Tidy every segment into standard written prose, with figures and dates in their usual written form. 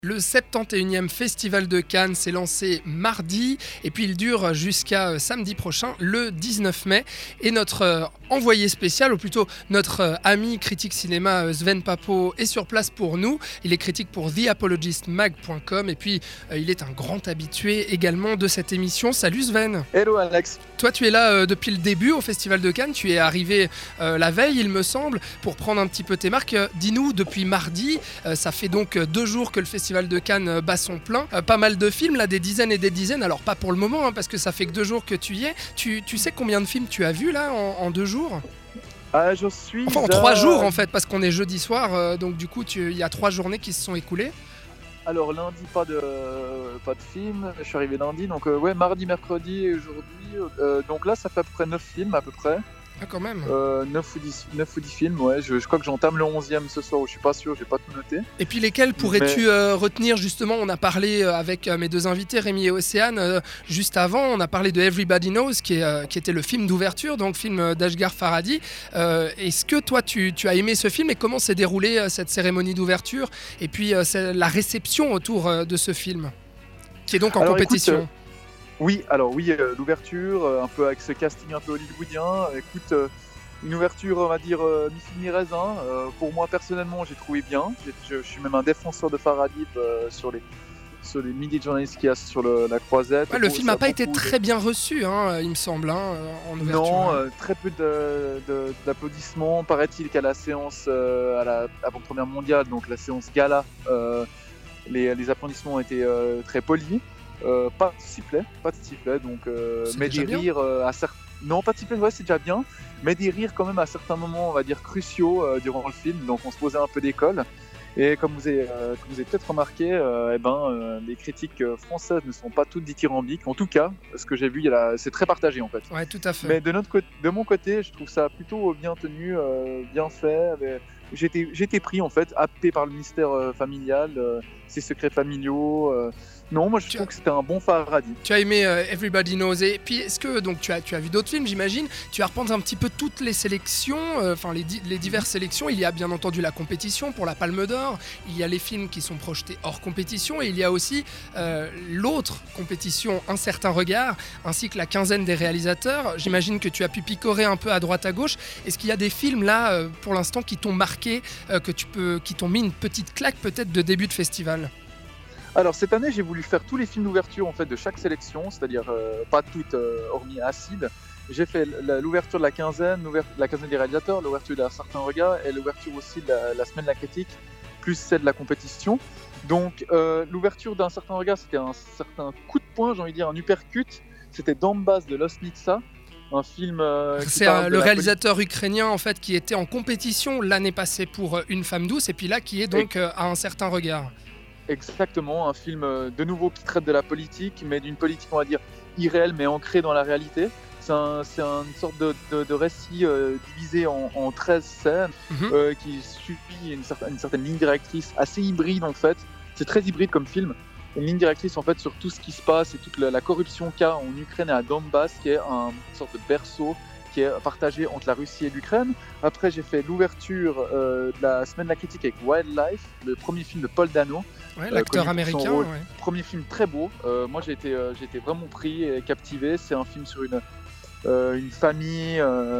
Le 71e Festival de Cannes s'est lancé mardi et puis il dure jusqu'à samedi prochain, le 19 mai. Et notre envoyé spécial, ou plutôt notre ami critique cinéma Sven Papo est sur place pour nous. Il est critique pour theapologistmag.com et puis il est un grand habitué également de cette émission. Salut Sven. Hello Alex. Toi tu es là depuis le début au Festival de Cannes, tu es arrivé la veille il me semble pour prendre un petit peu tes marques. Dis-nous, depuis mardi, ça fait donc 2 jours que le Festival de Cannes bat son plein. Pas mal de films, là, des dizaines et des dizaines. Alors pas pour le moment, parce que ça fait que 2 jours que tu y es. Tu sais combien de films tu as vus là en 2 jours ? Je suis en 3 jours en fait, parce qu'on est jeudi soir. Donc du coup, il y a 3 journées qui se sont écoulées. Alors lundi, pas de film. Je suis arrivé lundi, donc mardi, mercredi et aujourd'hui. Donc là, ça fait à peu près 9 films à peu près. Ah, quand même. 9 ou 10 films, ouais. Je crois que j'entame le 11e ce soir, où je suis pas sûr, j'ai pas tout noté. Et puis lesquels pourrais-tu retenir justement ? On a parlé avec mes 2 invités, Rémi et Océane, juste avant. On a parlé de Everybody Knows, qui était le film d'ouverture, donc film d'Ashghar Farhadi. Est-ce que toi, tu as aimé ce film et comment s'est déroulée cette cérémonie d'ouverture ? Et puis la réception autour de ce film, qui est donc en compétition. Oui, l'ouverture, un peu avec ce casting un peu hollywoodien. Écoute, une ouverture, on va dire, mi-film mi-raisin. Pour moi, personnellement, j'ai trouvé bien. Je suis même un défenseur de Farhadi sur les milliers de journalistes qu'il y a sur la croisette. Ouais, le film n'a pas été très bien reçu, il me semble, en ouverture. Non, très peu d'applaudissements. Paraît-il qu'à la séance avant-première mondiale, donc la séance gala, les applaudissements ont été très polis. Pas de sifflet, donc mais des rires non, pas de sifflet, ouais, c'est déjà bien, mais des rires quand même à certains moments, on va dire cruciaux durant le film, donc on se posait un peu d'école. Et comme vous avez peut-être remarqué, les critiques françaises ne sont pas toutes dithyrambiques. En tout cas, ce que j'ai vu, c'est très partagé en fait. Ouais, tout à fait. Mais de mon côté, je trouve ça plutôt bien tenu, bien fait. J'étais pris en fait, happé par le mystère familial, ses secrets familiaux. Non, moi je trouve que c'était un bon Farhadi. Tu as aimé Everybody Knows. Et puis est-ce que donc tu as vu d'autres films, j'imagine. Tu as repensé un petit peu toutes les sélections, les diverses sélections. Il y a bien entendu la compétition pour la Palme d'Or. Il y a les films qui sont projetés hors compétition. Et il y a aussi l'autre compétition, Un certain regard, ainsi que la quinzaine des réalisateurs. J'imagine que tu as pu picorer un peu à droite à gauche. Est-ce qu'il y a des films là, pour l'instant, qui t'ont marqué, qui t'ont mis une petite claque peut-être de début de festival ? Alors cette année, j'ai voulu faire tous les films d'ouverture en fait de chaque sélection, c'est-à-dire pas toutes hormis Acide. J'ai fait l'ouverture de la quinzaine des réalisateurs, l'ouverture d'un certain regard et l'ouverture aussi de la semaine de la critique, plus celle de la compétition. Donc l'ouverture d'un certain regard, c'était un certain coup de poing, j'ai envie de dire un uppercut. C'était Donbass de Losnitsa, un film. C'est le réalisateur ukrainien en fait qui était en compétition l'année passée pour Une femme douce et puis là qui est donc à Un certain regard. Exactement, un film de nouveau qui traite de la politique, mais d'une politique on va dire irréelle mais ancrée dans la réalité. C'est une sorte de récit divisé en 13 scènes qui suit une certaine ligne directrice assez hybride en fait. C'est très hybride comme film. Une ligne directrice en fait sur tout ce qui se passe et toute la corruption qu'il y a en Ukraine et à Donbass, qui est une sorte de berceau qui est partagé entre la Russie et l'Ukraine. Après, j'ai fait l'ouverture de la semaine de la critique avec Wildlife, le premier film de Paul Dano. Ouais, l'acteur américain. Ouais. Premier film très beau. Moi, j'ai été vraiment pris et captivé. C'est un film sur une famille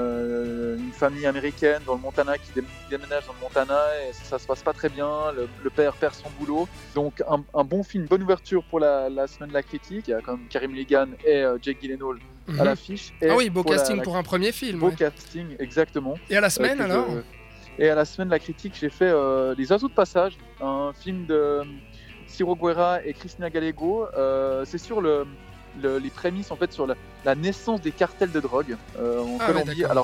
américaine dans le Montana qui déménage dans le Montana et ça se passe pas très bien. Le père perd son boulot. Donc, un bon film, bonne ouverture pour la semaine de la critique. Il y a quand même Karim Mulligan et Jake Gyllenhaal à l'affiche. Et beau casting pour un premier film. Beau casting, exactement. Et à la semaine alors Et à la semaine de la critique, j'ai fait Les Oiseaux de passage, un film de Ciro Guerra et Christina Gallego. C'est sur les prémices en fait sur la naissance des cartels de drogue en Colombie. Alors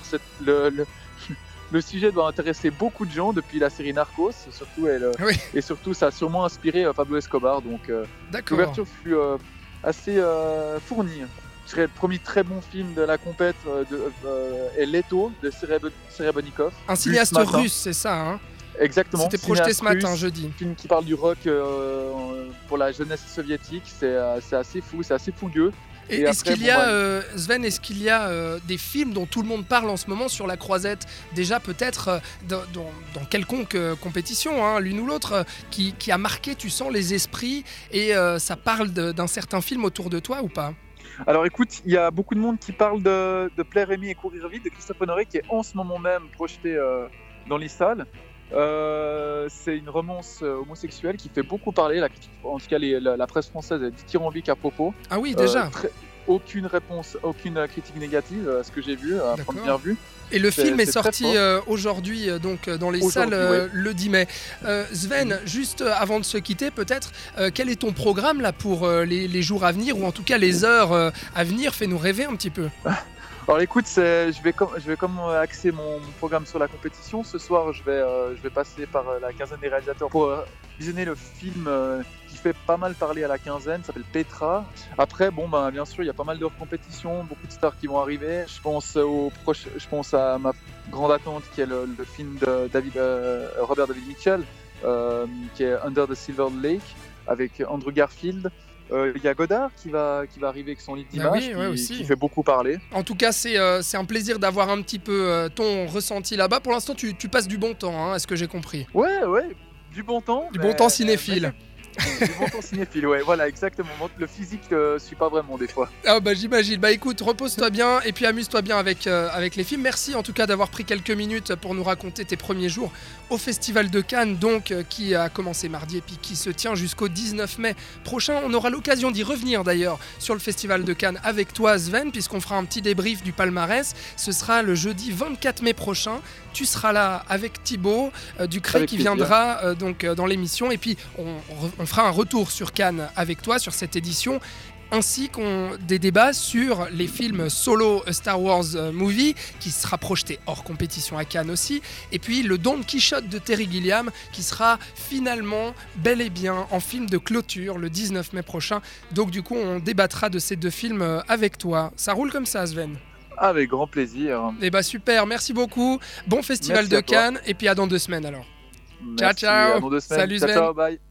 le sujet doit intéresser beaucoup de gens depuis la série Narcos, surtout et surtout ça a sûrement inspiré Pablo Escobar. Donc l'ouverture fut assez fournie. Je dirais le premier très bon film de la compète est Leto de Serebrennikov. Un cinéaste russe, c'est ça Exactement. C'était projeté ce matin, jeudi. Un film qui parle du rock pour la jeunesse soviétique. C'est assez fou, c'est assez fougueux. Et est-ce qu'il y a, Sven, est-ce qu'il y a des films dont tout le monde parle en ce moment sur la croisette, déjà peut-être dans quelconque compétition, hein, l'une ou l'autre, qui a marqué, tu sens, les esprits, et ça parle d'un certain film autour de toi ou pas ? Alors écoute, il y a beaucoup de monde qui parle de Plaire, aimer et courir vite de Christophe Honoré, qui est en ce moment même projeté dans les salles. C'est une romance homosexuelle qui fait beaucoup parler, en tout cas la presse française est dithyrambique à propos. Ah oui, déjà. Aucune réponse, aucune critique négative à ce que j'ai vu, à première vue. Et le film est sorti aujourd'hui donc dans les salles le 10 mai. Sven, juste avant de se quitter, peut-être, quel est ton programme là pour les jours à venir, ou en tout cas les heures à venir ? Fais-nous rêver un petit peu. Alors écoute, je vais comme axer mon programme sur la compétition. Ce soir, je vais passer par la quinzaine des réalisateurs pour visionner le film qui fait pas mal parler à la quinzaine, s'appelle Petra. Après, bien sûr, il y a pas mal d'heures de compétition, beaucoup de stars qui vont arriver. Je pense à ma grande attente qui est le film de Robert David Mitchell, qui est Under the Silver Lake, avec Andrew Garfield. Il y a Godard qui va arriver avec son livre d'images, qui fait beaucoup parler. En tout cas, c'est un plaisir d'avoir un petit peu ton ressenti là-bas. Pour l'instant, tu passes du bon temps, hein, est-ce que j'ai compris ? Ouais, du bon temps. Du bon temps cinéphile. Du bon temps cinéphile, ouais, voilà, exactement. Le physique suit pas vraiment des fois. Ah bah j'imagine. Bah écoute, repose-toi bien et puis amuse-toi bien avec les films. Merci en tout cas d'avoir pris quelques minutes pour nous raconter tes premiers jours au Festival de Cannes, donc qui a commencé mardi et puis qui se tient jusqu'au 19 mai prochain. On aura l'occasion d'y revenir d'ailleurs sur le Festival de Cannes avec toi, Sven, puisqu'on fera un petit débrief du palmarès. Ce sera le jeudi 24 mai prochain. Tu seras là avec Thibaut Ducret qui viendra donc dans l'émission, et puis on fera un retour sur Cannes avec toi sur cette édition, ainsi des débats sur les films solo Star Wars Movie qui sera projeté hors compétition à Cannes aussi, et puis le Don Quichotte de Terry Gilliam qui sera finalement bel et bien en film de clôture le 19 mai prochain. Donc du coup on débattra de ces deux films avec toi. Ça roule comme ça, Sven ? Avec grand plaisir. Et bah super, merci beaucoup. Bon Festival de Cannes, et puis à dans 2 semaines alors. Merci, ciao. Salut Sven. Ciao, bye.